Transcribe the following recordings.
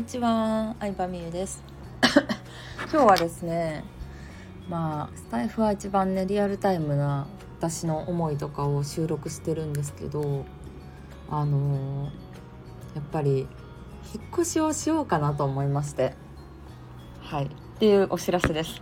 ちは、相葉美優です今日はですね、スタイフは一番ねリアルタイムな私の思いとかを収録してるんですけど、やっぱり引っ越しをしようかなと思いまして、はいっていうお知らせです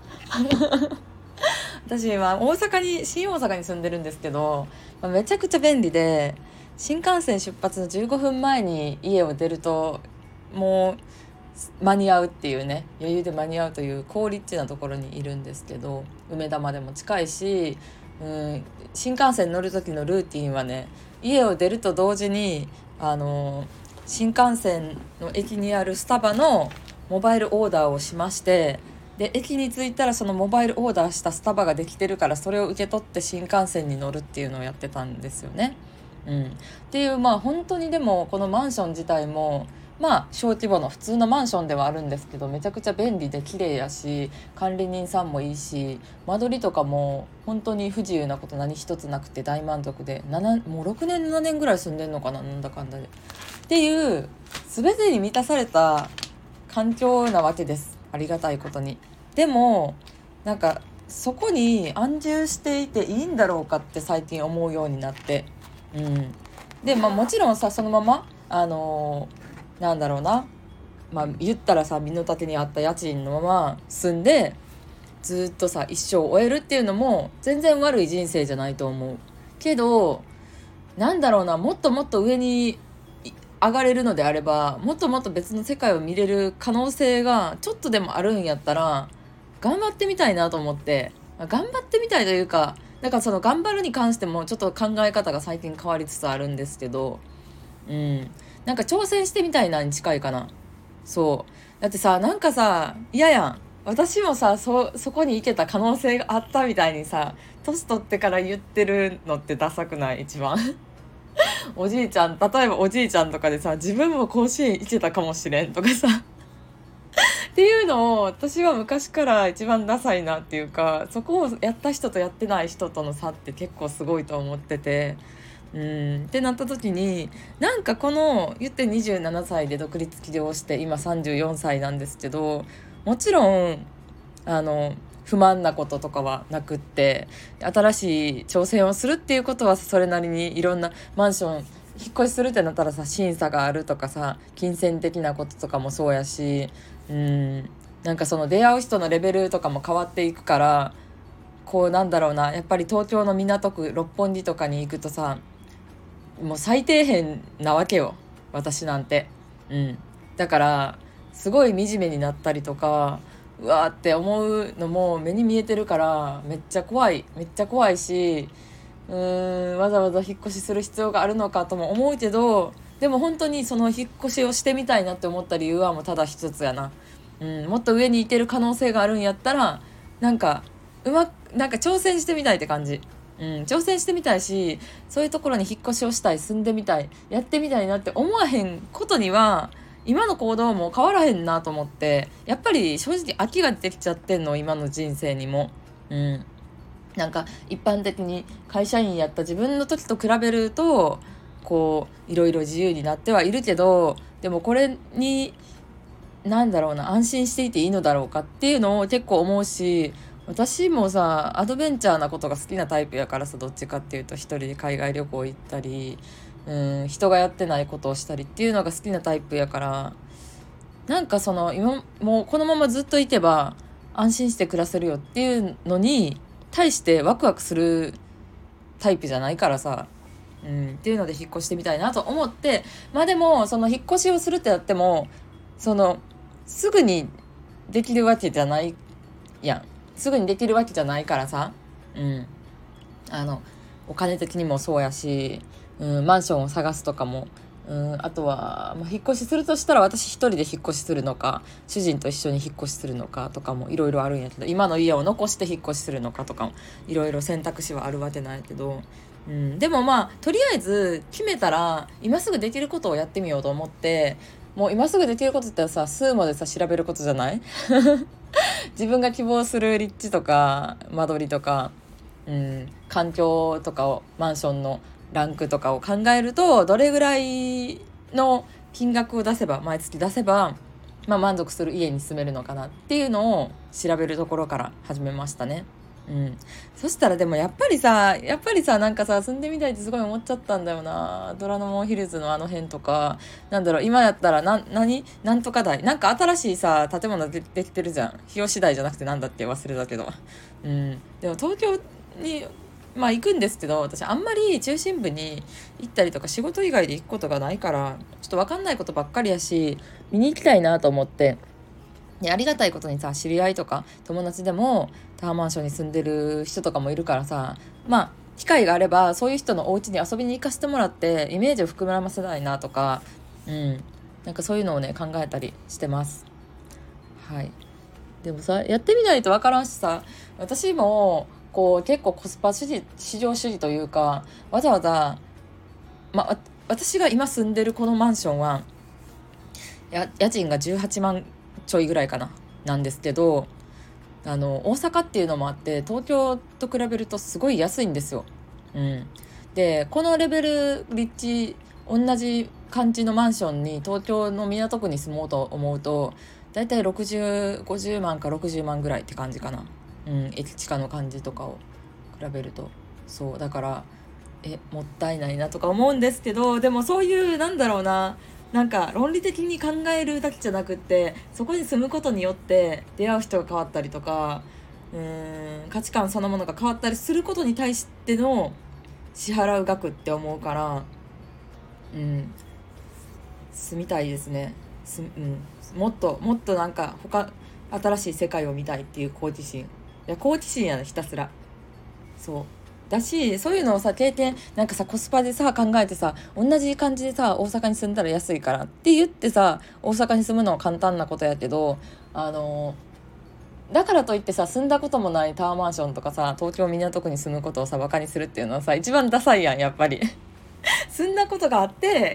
私は新大阪に住んでるんですけど、めちゃくちゃ便利で、新幹線出発の15分前に家を出るともう間に合うっていうね、余裕で間に合うという好立地なところにいるんですけど、梅田までも近いし、新幹線乗る時のルーティンはね、家を出ると同時に新幹線の駅にあるスタバのモバイルオーダーをしまして、で駅に着いたらそのモバイルオーダーしたスタバができてるから、それを受け取って新幹線に乗るっていうのをやってたんですよね。っていう、本当にでもこのマンション自体も小規模の普通のマンションではあるんですけど、めちゃくちゃ便利で綺麗やし、管理人さんもいいし、間取りとかも本当に不自由なこと何一つなくて大満足で、もう6年7年ぐらい住んでんのかな、なんだかんだでっていう、全てに満たされた環境なわけです、ありがたいことに。でもそこに安住していていいんだろうかって最近思うようになって、でもちろんさ、そのままなんだろうな、言ったらさ、身の丈に合った家賃のまま住んでずっとさ一生を終えるっていうのも全然悪い人生じゃないと思うけど、もっともっと上に上がれるのであれば、もっともっと別の世界を見れる可能性がちょっとでもあるんやったら頑張ってみたいなと思って、頑張ってみたいというか、その頑張るに関してもちょっと考え方が最近変わりつつあるんですけど、挑戦してみたいなに近いかな。そうだってさ、嫌やん、私もさ、そこに行けた可能性があったみたいにさ、年取ってから言ってるのってダサくない？一番おじいちゃん、例えばおじいちゃんとかでさ、自分も甲子園行けたかもしれんとかさっていうのを私は昔から一番ダサいなっていうか、そこをやった人とやってない人との差って結構すごいと思ってて、ってなった時に、この言って27歳で独立起業して今34歳なんですけど、もちろん不満なこととかはなくって、新しい挑戦をするっていうことはそれなりにいろんなマンション引っ越しするってなったらさ、審査があるとかさ、金銭的なこととかもそうやし、その出会う人のレベルとかも変わっていくから、やっぱり東京の港区六本木とかに行くとさ、もう最底辺なわけよ、私なんて。だからすごい惨めになったりとか、うわーって思うのも目に見えてるから、めっちゃ怖いし、わざわざ引っ越しする必要があるのかとも思うけど、でも本当にその引っ越しをしてみたいなって思った理由はもうただ一つやな。もっと上に行ける可能性があるんやったら、挑戦してみたいって感じ。挑戦してみたいし、そういうところに引っ越しをしたい、住んでみたい、やってみたいなって思わへんことには今の行動も変わらへんなと思って、やっぱり正直飽きが出てきちゃってんの、今の人生にも。一般的に会社員やった自分の時と比べると、いろいろ自由になってはいるけど、でもこれに安心していていいのだろうかっていうのを結構思うし、私もさ、アドベンチャーなことが好きなタイプやからさ、どっちかっていうと一人で海外旅行行ったり、人がやってないことをしたりっていうのが好きなタイプやから、今もうこのままずっといけば安心して暮らせるよっていうのに対してワクワクするタイプじゃないからさ、っていうので引っ越してみたいなと思って、でもその引っ越しをするってなっても、すぐにできるわけじゃないやん。すぐにできるわけじゃないからさ、お金的にもそうやし、マンションを探すとかも、あとは、引っ越しするとしたら私一人で引っ越しするのか、主人と一緒に引っ越しするのかとかもいろいろあるんやけど、今の家を残して引っ越しするのかとかもいろいろ選択肢はあるわけないけど、でもとりあえず決めたら今すぐできることをやってみようと思って、もう今すぐできることってさ、スーモでさ調べることじゃない自分が希望する立地とか間取りとか、環境とかを、マンションのランクとかを考えると、どれぐらいの金額を出せば、毎月出せば満足する家に住めるのかなっていうのを調べるところから始めましたね。そしたらでもやっぱりさなんかさ、住んでみたいってすごい思っちゃったんだよな。虎ノ門ヒルズのあの辺とか、なんだろう、今やったらなんとか台、なんか新しいさ建物できてるじゃん。日吉台じゃなくてなんだって忘れたけど、でも東京に行くんですけど、私あんまり中心部に行ったりとか仕事以外で行くことがないから、ちょっと分かんないことばっかりやし、見に行きたいなと思って、ありがたいことにさ、知り合いとか友達でもタワーマンションに住んでる人とかもいるからさ、機会があればそういう人のお家に遊びに行かせてもらってイメージを膨らませたいなとか、なんかそういうのをね考えたりしてます。はい。でもさ、やってみないとわからんしさ、私もこう結構コスパ主義、市場主義というか、わざわざ、私が今住んでるこのマンションは家賃が18万ちょいぐらいかななんですけど、大阪っていうのもあって東京と比べるとすごい安いんですよ。でこのレベル立地同じ感じのマンションに東京の港区に住もうと思うとだいたい50万か60万ぐらいって感じかな。駅地下の感じとかを比べると。そうだからもったいないなとか思うんですけど、でもそういうなんだろうな、なんか論理的に考えるだけじゃなくって、そこに住むことによって出会う人が変わったりとか、価値観そのものが変わったりすることに対しての支払う額って思うから、住みたいですね。もっとなんか新しい世界を見たいっていう好奇心。好奇心やな、ひたすら。そうだし、そういうのをさ経験なんかさ、コスパでさ考えてさ、同じ感じでさ大阪に住んだら安いからって言ってさ大阪に住むのは簡単なことやけど、だからといってさ、住んだこともないタワーマンションとかさ東京港区に住むことをさバカにするっていうのはさ一番ダサいやん、やっぱり。住んだことがあって、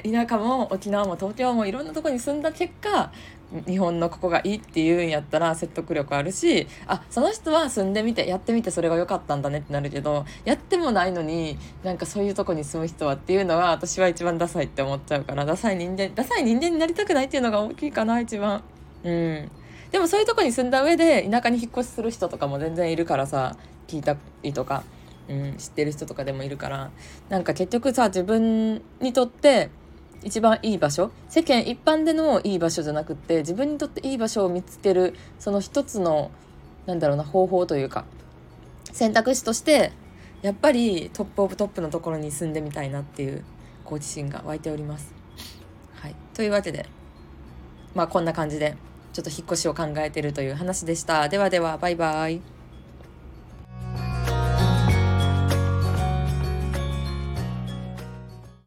田舎も沖縄も東京もいろんなとこに住んだ結果日本のここがいいっていうんやったら説得力あるし、その人は住んでみてやってみてそれが良かったんだねってなるけど、やってもないのになんかそういうとこに住む人はっていうのは私は一番ダサいって思っちゃうから、ダサい人間になりたくないっていうのが大きいかな、一番。でもそういうとこに住んだ上で田舎に引っ越しする人とかも全然いるからさ、聞いたりとか、知ってる人とかでもいるから、なんか結局さ、自分にとって一番いい場所、世間一般でのいい場所じゃなくって自分にとっていい場所を見つける、その一つの方法というか選択肢としてやっぱりトップオブトップのところに住んでみたいなっていう好奇心が湧いております。はい、というわけでこんな感じでちょっと引っ越しを考えているという話でした。ではでは、バイバイ。